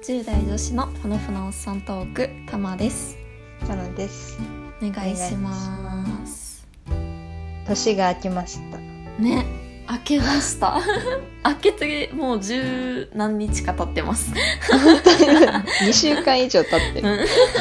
10代女子のほのふなおっさんトーク、たまです。 かなです。 お願いします。 年が明けましたね、明けました明けてもう十何日か経ってます本当に2週間以上経ってる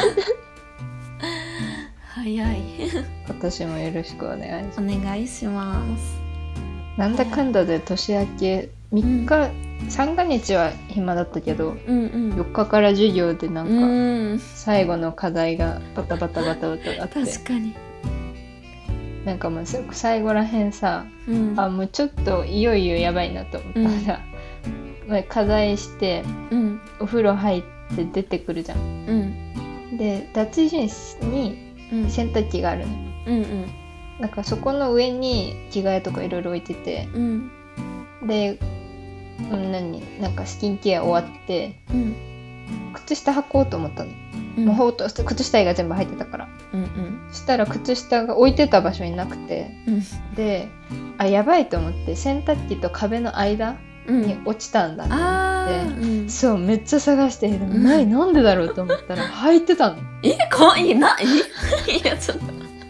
早い今年もよろしくお願いします。 お願いします。 なんだかんだで年明け3日、三が日は暇だったけど、4日から授業でなんか最後の課題がバタバタバタバタあって、 確かになんかもう最後らへんさ、もうちょっといよいよやばいなと思ったら、まあ課題して、お風呂入って出てくるじゃん、で脱衣室に洗濯機があるの、なんかそこの上に着替えとかいろいろ置いてて、でなんかスキンケア終わって、靴下履こうと思ったの、もう靴下以外全部入ってたから、そしたら靴下が置いてた場所になくて、でやばいと思って洗濯機と壁の間に落ちたんだと思って、そうめっちゃ探して、でもなんでだろうと思ったら履いてたの。 かわいいな。いやちょっと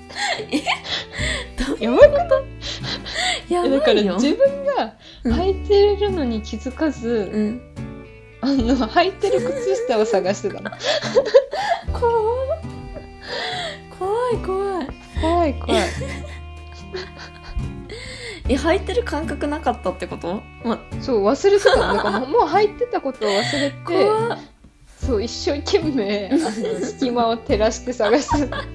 やばくない？ やばいよ。 だから自分が履いてるのに気づかず、履いてる靴下を探してたの怖い履いてる感覚なかったってこと？ そう忘れてたの。だからもう履いてたことを忘れてそう一生懸命隙間を照らして探してた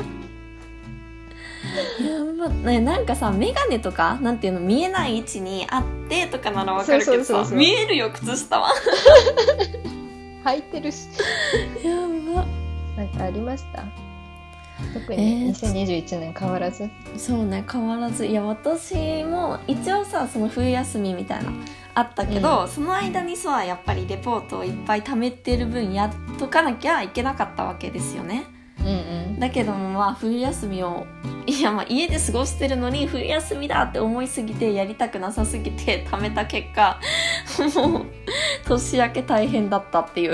なんかさ、メガネとかなんていうの、見えない位置にあってとかならわかるけどさ、見えるよ靴下は履いてるしやば。 なんかありました？特に2021年変わらず？ そうね、変わらず。いや私も一応さ、その冬休みみたいなあったけど、その間にさやっぱりレポートをいっぱい貯めてる分やっとかなきゃいけなかったわけですよね。だけども冬休みを家で過ごしてるのに冬休みだって思いすぎて、やりたくなさすぎて貯めた結果もう年明け大変だったっていう、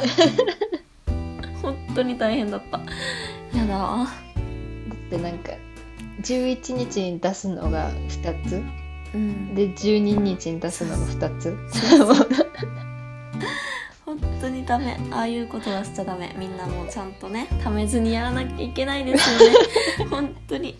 本当に大変だった。やだ。だってなんか11日に出すのが2つ、で12日に出すのが2つ本当にダメ。ああいうことはしちゃダメ。みんなもうちゃんとね、ためずにやらなきゃいけないですよね本当に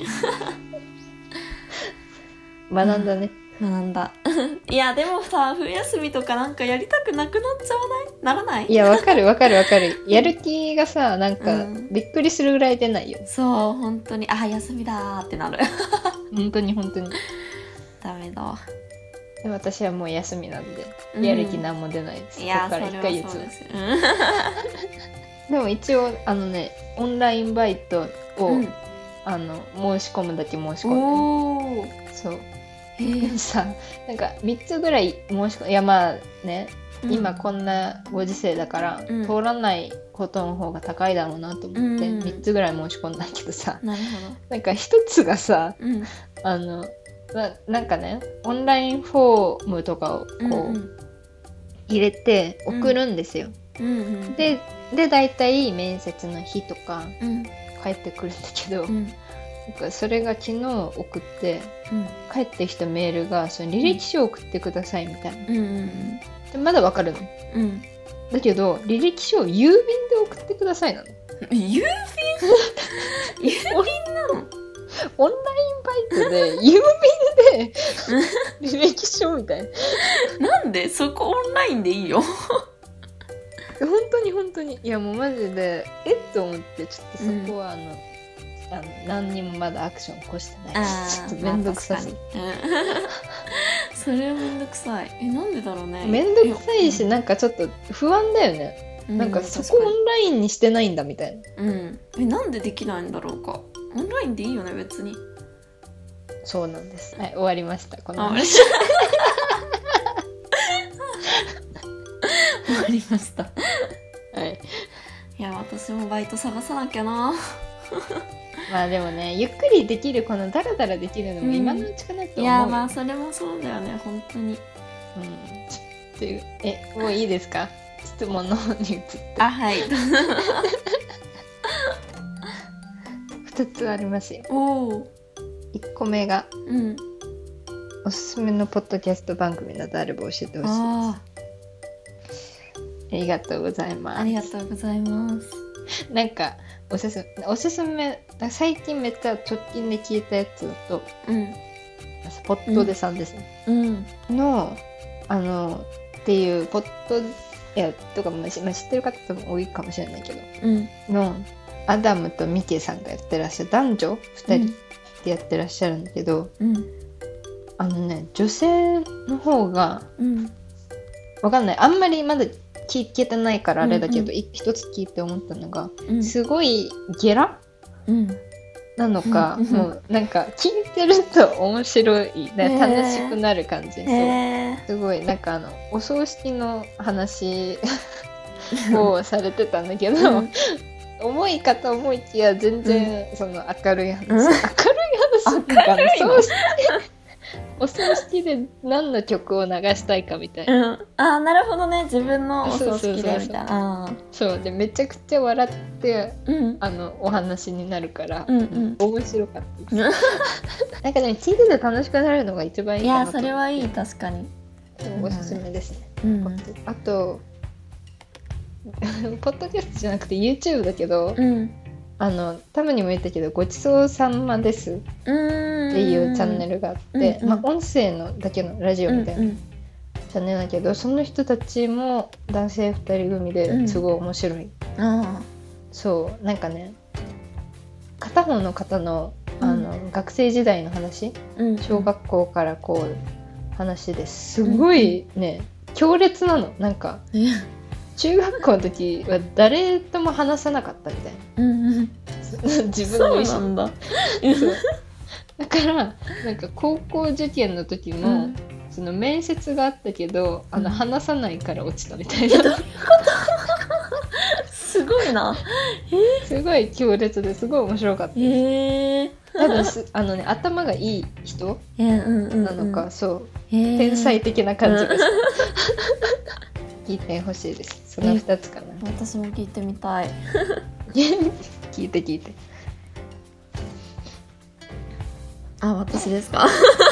学んだね、 学んだいやでもさ、冬休みとかなんかやりたくなくなっちゃわない？ならない？ いやわかるやる気がさ、なんかびっくりするぐらい出ないよ。 そう本当に休みだーってなる本当にダメだ。 で私はもう休みなんで、やる気なんも出ないです。 いや、 ここから1ヶ月それはそうですでも一応オンラインバイトを、申し込むだけ申し込んで、そうさ、なんか3つぐらい申し込んで、いやまあね、今こんなご時世だから、通らないことの方が高いだろうなと思って、3つぐらい申し込んだけどさ、 なるほど。 なんか1つがさ、なんかね、オンラインフォームとかをこう、入れて送るんですよ、でだいたい面接の日とか、帰ってくるんだけど、なんかそれが昨日送って、帰ってきたメールがその履歴書を送ってくださいみたいな、でまだわかるの、だけど履歴書を郵便で送ってくださいなの。 郵便なの？ オンラインバイトで郵便で履歴書みたいななんでそこオンラインでいいよ本当にいやもうマジでと思って、ちょっとそこは何にもまだアクション起こしてないし、ちょっとめんどくさすぎて、 それはめんどくさい。なんでだろうね。 めんどくさいし、なんかちょっと不安だよね、なんかそこオンラインにしてないんだみたいな、 なんでできないんだろうか。オンラインでいいよね別に。 そうなんです。はい、終わりましたこの話終わりましたはい。 いや私もバイト探さなきゃなまあでもね、ゆっくりできる、このダラダラできるのも今のうちかなと思う、 いやまあそれもそうだよね本当に。 っていうもういいですか？ 質問の方に移って。 はい 2つありますよ。 おー。 1個目が、おすすめのポッドキャスト番組などあれば教えてほしいです。ありがとうございます。 ありがとうございます。 なんかおすすめ最近めっちゃ直近で聞いたやつだと、スポットでさんですね、のっていうポッドとかも知ってる方も多いかもしれないけど、のアダムとミケさんがやってらっしゃる男女2人でやってらっしゃるんだけど、女性の方が、わかんない、あんまりまだ聞けてないからあれだけど、一つ聞いて思ったのが、すごいゲラ、なのか、もうなんか聞いてると面白い、楽しくなる感じ、すごいなんかお葬式の話をされてたんだけど、重いかと思いきや全然その明るい話、明るい話お葬式で何の曲を流したいかみたいな、 なるほどね、自分のお葬式でみたいな。 そうでめちゃくちゃ笑って、お話になるから、面白かったです。なんかね、聞いてて楽しくなるのが一番いいかなと。いや、 それはいい、確かに。 おすすめですね。あとポッドキャストじゃなくて YouTube だけど、たまにも言ったけど、ごちそうさまですっていうチャンネルがあって、音声のだけのラジオみたいなチャンネルだけど、その人たちも男性2人組ですごい面白い。そうなんかね、片方の方の学生時代の話、小学校からこう話ですごいね、強烈なの。なんか中学校の時は誰とも話さなかったみたいな、自分の意思。そうなんだ。だからなんか高校受験の時も、その面接があったけど話さないから落ちたみたいな。 すごいな。 すごい強烈ですごい面白かったです。多分頭がいい人なのか、そう天才的な感じがした。聞いてほしいです。その2つかな。 私も聞いてみたい。 聞いて。 私ですか？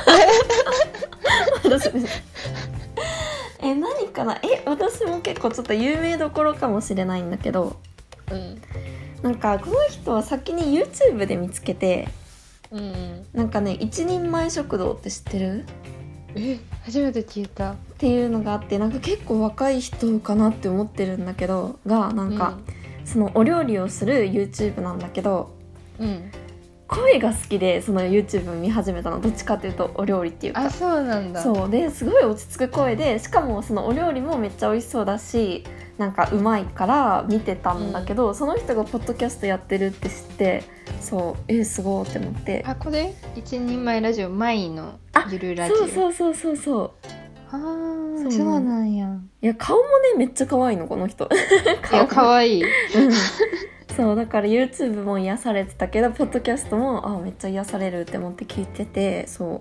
私です。何かな。私も結構ちょっと有名どころかもしれないんだけど、なんかこの人は先に YouTube で見つけて、なんかね、一人前食堂って知ってる？ 初めて聞いた。 っていうのがあって、なんか結構若い人かなって思ってるんだけどなんか、そのお料理をする YouTube なんだけど、声が好きでその YouTube 見始めたの。どっちかっていうとお料理っていうか。 そうなんだ。 そうですごい落ち着く声で、しかもそのお料理もめっちゃ美味しそうだし、なんかうまいから見てたんだけど、その人がポッドキャストやってるって知って、そうすごいって思って。 これ一人前ラジオマイのゆるラジオ。 そうそうなんや。 いや、顔もねめっちゃ可愛いのこの人。 いや可愛い。 そうだから YouTube も癒されてたけど、ポッドキャストもめっちゃ癒されるって思って聞いてて、そう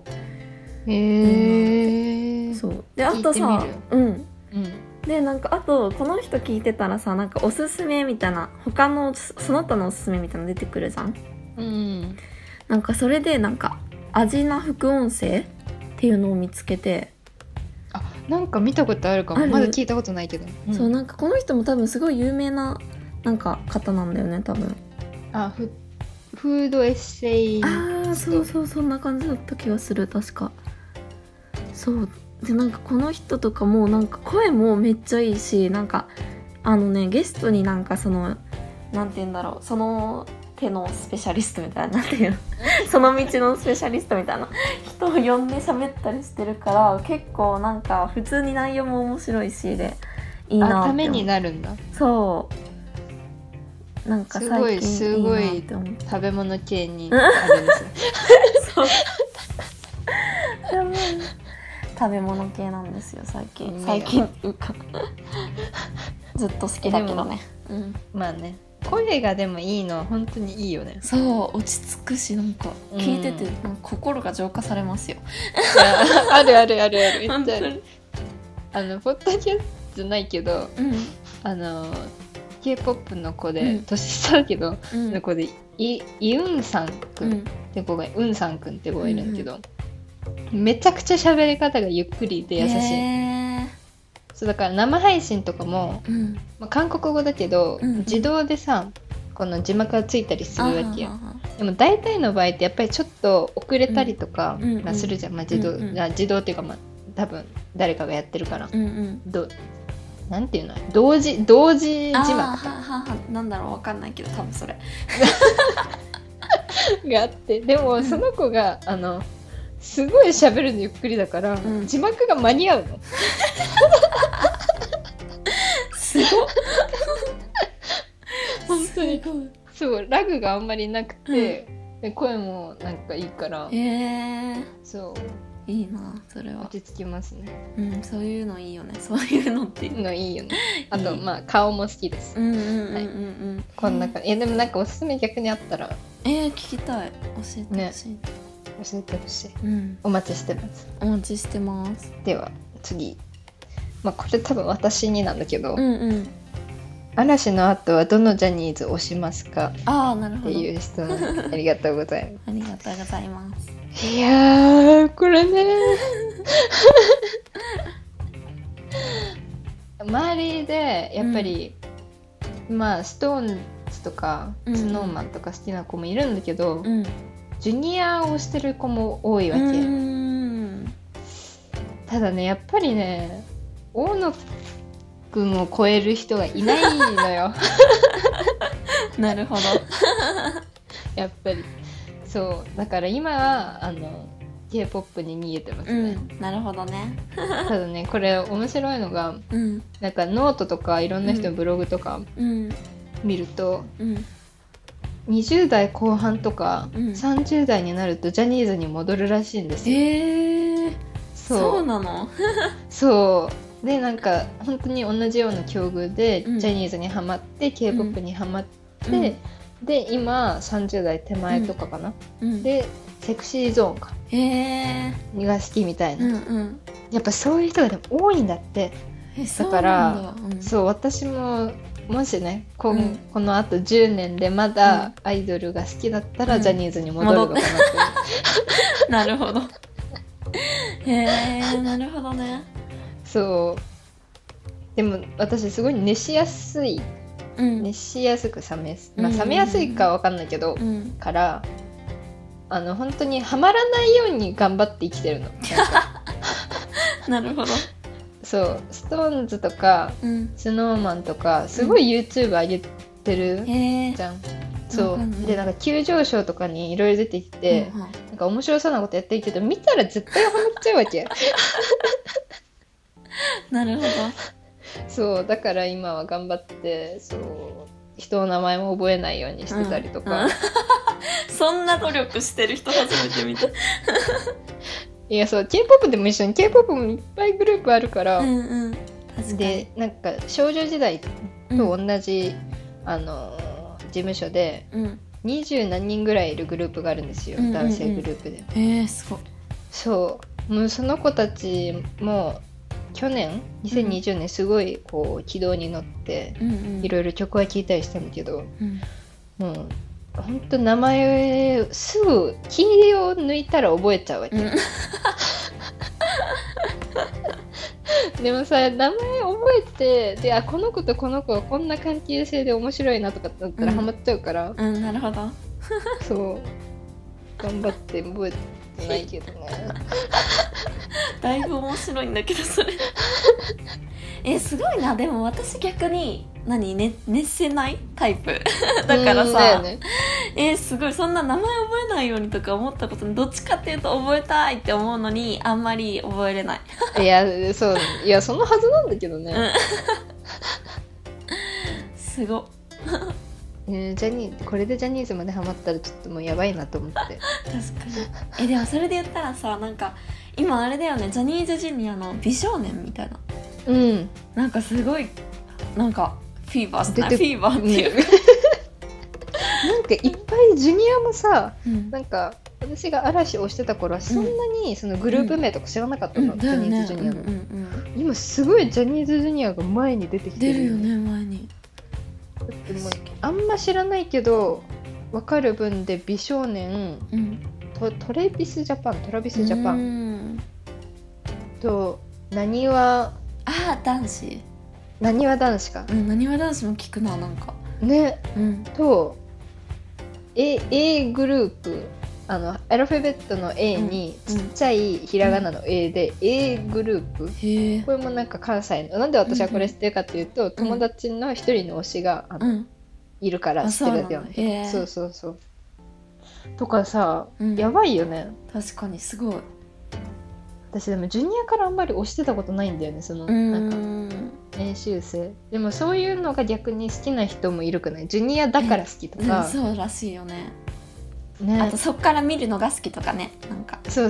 そうで、あとさ、でなんかあとこの人聞いてたらさ、なんかおすすめみたいな、他のその他のおすすめみたいなの出てくるじゃん。なんかそれでなんかアジナ副音声っていうのを見つけて、 なんか見たことあるかも。まだ聞いたことないけど、 そうなんかこの人も多分すごい有名ななんか方なんだよね多分。 フードエッセイ。 そうそんな感じだった気がする、確か。そうで、なんかこの人とかもなんか声もめっちゃいいし、なんかゲストになんかそのなんて言うんだろう、その手のスペシャリストみたいな、なんていうのその道のスペシャリストみたいな人を呼んで喋ったりしてるから、結構なんか普通に内容も面白いしでいいなって。 ためになるんだ。 そうなんか最近すごい食べ物系にあるんですよ。 そう食べ物系なんですよ最近っていうかずっと好きだけどね。 まあね、声がでもいいのは本当にいいよね。 そう落ち着くし、なんか聞いてて、なんか心が浄化されますよ。 あるめっちゃある。ポッドキャスじゃないけど、K-POP の子で、年下だけど、の子でイウンさんくんって子が、ウンさんくんって子がいるんだけど、めちゃくちゃ喋り方がゆっくりで優しい。そうだから生配信とかも、韓国語だけど、自動でさこの字幕がついたりするわけよ。でも大体の場合ってやっぱりちょっと遅れたりとかするじゃん、自動っていうか、多分誰かがやってるから、なんていうの、同時字幕なんだろう、わかんないけど多分それがあって、でもその子がすごい喋るのゆっくりだから、字幕が間に合うのすごい本当にそうラグがあんまりなくて、で声もなんかいいから、そういいな、それは落ち着きますね。 そういうのいいよね、そういうのってのいいよね。あと顔も好きです。こんな感じ。でもなんかおすすめ逆にあったら聞きたい、教えてほしい、 教えてほしい、お待ちしてます。 お待ちしてます。 では次、これ多分私になんだけど、嵐の後はどのジャニーズ推しますかっていう質問ありがとうございます。 ありがとうございます。 いやーこれね周りでやっぱり、ストーンズとかスノーマンとか好きな子もいるんだけど、ジュニアをしてる子も多いわけ。ただねやっぱりね大野くんを超える人がいないのよなるほどやっぱりそうだから今はK-POP に逃げてますね。 なるほどねただねこれ面白いのが、なんかノートとかいろんな人のブログとか見ると、20代後半とか、30代になるとジャニーズに戻るらしいんですよ。 そうなのそうでなんか本当に同じような境遇で、ジャニーズにハマって K-POP にハマって、で今30代手前とかかな、でセクシーゾーンかが好きみたいな、やっぱそういう人がでも多いんだって。だからそう私ももしねこのあと10年でまだアイドルが好きだったら、ジャニーズに戻るのかなってなるほどなるほどね。 そうでも私すごい熱しやすい、熱しやすく冷めやすいかは分かんないけど、から本当にハマらないように頑張って生きてるのなるほど。 そうストーンズとか、スノーマンとかすごい YouTube 上げてるじゃん。そうでなんか急上昇とかにいろいろ出てきて、なんか面白そうなことやってるけど見たら絶対ハマっちゃうわけなるほど。 そうだから今は頑張って人の名前も覚えないようにしてたりとか、 そんな努力してる人初めて見たいやK-POP でも一緒に K-POP もいっぱいグループあるから、でなんか少女時代と同じ、事務所で、20何人ぐらいいるグループがあるんですよ、男性グループで。 すごい。 そうもうその子たちも去年2020年すごいこう軌道に乗っていろいろ曲は聴いたりしたんだけど、もうほんと名前すぐキーを抜いたら覚えちゃうわけ、でもさ名前覚えてでこの子とこの子はこんな関係性で面白いなとかだったらハマっちゃうから、 なるほどそう頑張って覚えてないけどねだいぶ面白いんだけどそれすごいな。でも私逆に熱せないタイプだからさ、すごいそんな名前覚えないようにとか思ったことにどっちかっていうと覚えたいって思うのにあんまり覚えれないいやそのはずなんだけどね、 すごこれでジャニーズまでハマったらちょっともうやばいなと思って確かにでもそれで言ったらさなんか今あれだよね、ジャニーズジュニアの美少年みたいな、なんかすごいなんかフィーバーっていう、 なんかいっぱいジュニアもさ、なんか私が嵐をしてた頃はそんなにそのグループ名とか知らなかったの、ジャニーズジュニアの、今すごいジャニーズジュニアが前に出てきてる。 出るよね、前に。 でもあんま知らないけど分かる分で美少年、トラビスジャパンとなにわ男子か。 なにわ男子も聞くな、なんかね、と A グループ、アルファベットの A にちっちゃいひらがなの A で、A グループ、これもなんか関西の、なんで私はこれ知ってるかっていうと、友達の一人の推しがいるから知ってるよね。そうとかさ、やばいよね。 確かにすごい。 私でもジュニアからあんまり推してたことないんだよね、そのなんか練習生でもそういうのが逆に好きな人もいるくない？ジュニアだから好きとか、 そうらしいよね。あとそっから見るのが好きとかね、なんかそう、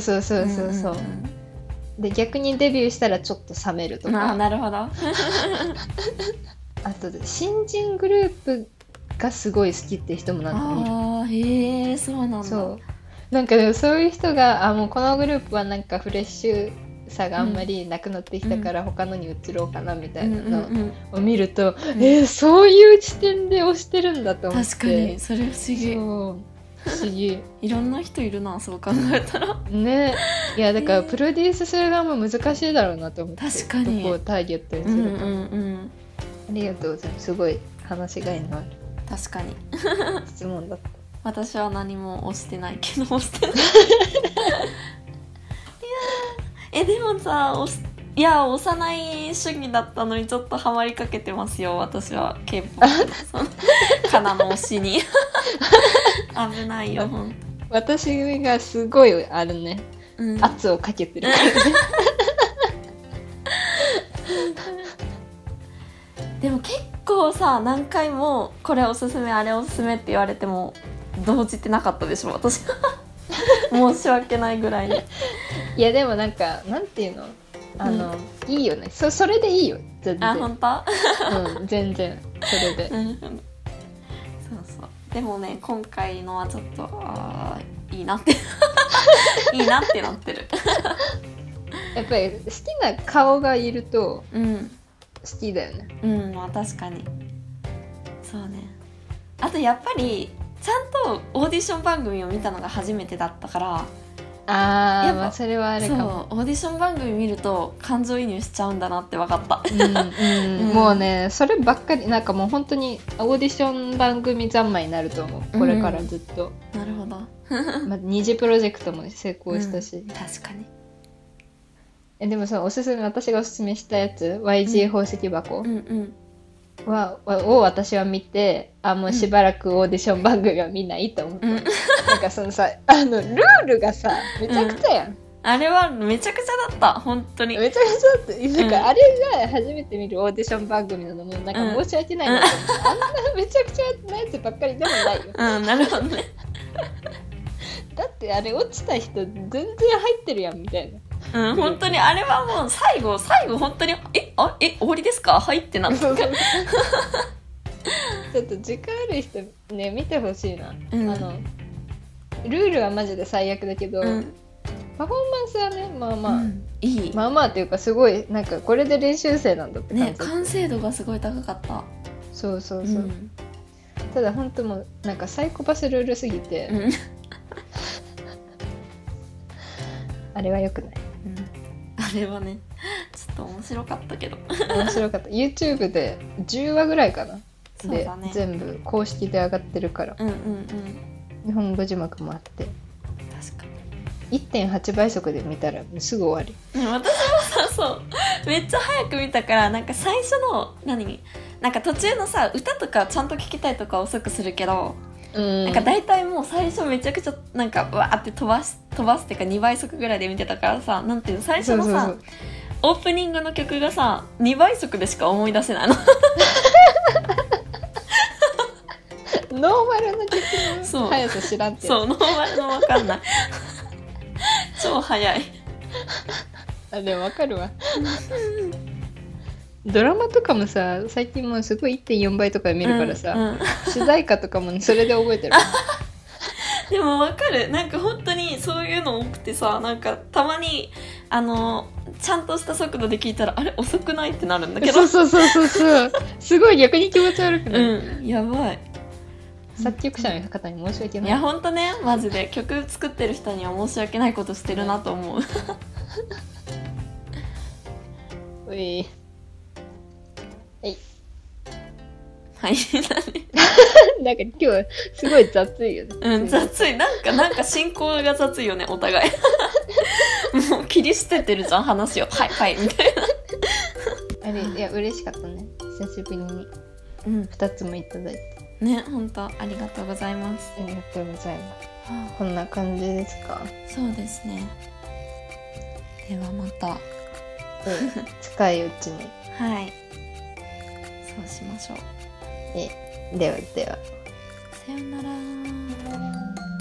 で逆にデビューしたらちょっと冷めるとか。 なるほど。 あと新人グループがすごい好きって人もなんかいる。 そうなんだ。そうなんかでもそういう人がもうこのグループはなんかフレッシュさがあんまりなくなってきたから他のに移ろうかなみたいなのを見ると、そういう視点で推してるんだと思って。 確かにそれ不思議。 不思議。 いろんな人いるな、そう考えたらね。いやだからプロデュースする側も難しいだろうなと思って。 確かにどこをターゲットにするか。ありがとうございます。すごい話がいのある。 確かに質問だった。 私は何も押してないけど押してない。いやでもさ、押さない主義だったのにちょっとハマりかけてますよ、私は。 K-POP カナの推しに。危ないよ、ほんと。 私がすごいあるね、圧をかけてる。 でも結構さ、何回もこれおすすめあれおすすめって言われても動じてなかったでしょ、私。申し訳ないぐらいに。 いやでもなんかなんていうの、いいよね。それでいいよ、全然。 本当？ 全然それで。 そうでもね、今回のはちょっといいなっていいなってなってる。 やっぱり好きな顔がいると好きだよね。 まあ確かにそうね。あとやっぱりちゃんとオーディション番組を見たのが初めてだったから、やっぱそれはあれかも。 そう、オーディション番組見ると感情移入しちゃうんだなって分かった。 もうね、そればっかり。なんかもう本当にオーディション番組三昧になると思う、これからずっと。 なるほど。 二次プロジェクトも成功したし、 確かに。 でもその私がおすすめしたやつ YG 宝石箱を私は見て、もうしばらくオーディション番組は見ないと思って、なんかそのさ、ルールがさめちゃくちゃやん、 あれはめちゃくちゃだった、本当にめちゃくちゃだった。なんかあれが初めて見るオーディション番組なのもなんか申し訳ないなと思って、あんなめちゃくちゃなやつばっかりでもないよ。 なるほどね。 だってあれ落ちた人全然入ってるやんみたいな。 本当にあれはもう最後本当に終わりですか、はいってなった。ちょっと時間ある人ね見てほしいな。ルールはマジで最悪だけど、パフォーマンスはねまあまあ、いい、まあまあっていうかすごいなんかこれで練習生なんだって感じね。 完成度がすごい高かった。 そう、ただ本当もうなんかサイコパスルールすぎて、あれは良くない。 あれはねちょっと面白かったけど。 面白かった。 YouTube で10話ぐらいかな、で、全部公式で上がってるから、日本語字幕もあって、 確かに 1.8 倍速で見たらすぐ終わり。 私もさ、そうめっちゃ早く見たから、なんか最初のなんか途中のさ歌とかちゃんと聞きたいとか遅くするけど、なんか大体もう最初めちゃくちゃなんかわーって飛ばすっていうか2倍速ぐらいで見てたからさ、なんていうの、最初のさオープニングの曲がさ2倍速でしか思い出せないの。 ノーマルの曲の速さ知らんって。 そう、ノーマルの分かんない。超速い。 でも分かるわ。ドラマとかもさ最近もうすごい 1.4 倍とかで見るからさ、主題歌とかもそれで覚えてる。 でもわかる、なんか本当にそういうの多くてさ、なんかたまにちゃんとした速度で聞いたらあれ遅くないってなるんだけど、 そうすごい逆に気持ち悪くなる、 やばい。 作曲者の方に申し訳ない。 いやほんとね、マジで曲作ってる人には申し訳ないことしてるなと思う。 ういはい。 なんか今日すごい雑いよね。 雑い。なんか進行が雑いよね、お互い。もう切り捨ててるじゃん、話を。はいみたいな。 あれ、いや嬉しかったね。久しぶりに2つもいただいて。 ね、ほんとありがとうございます。 ありがとうございます。こんな感じですか？ そうですね。ではまた。 近いうちに。 はい。そうしましょう。 ではでは。 さよなら。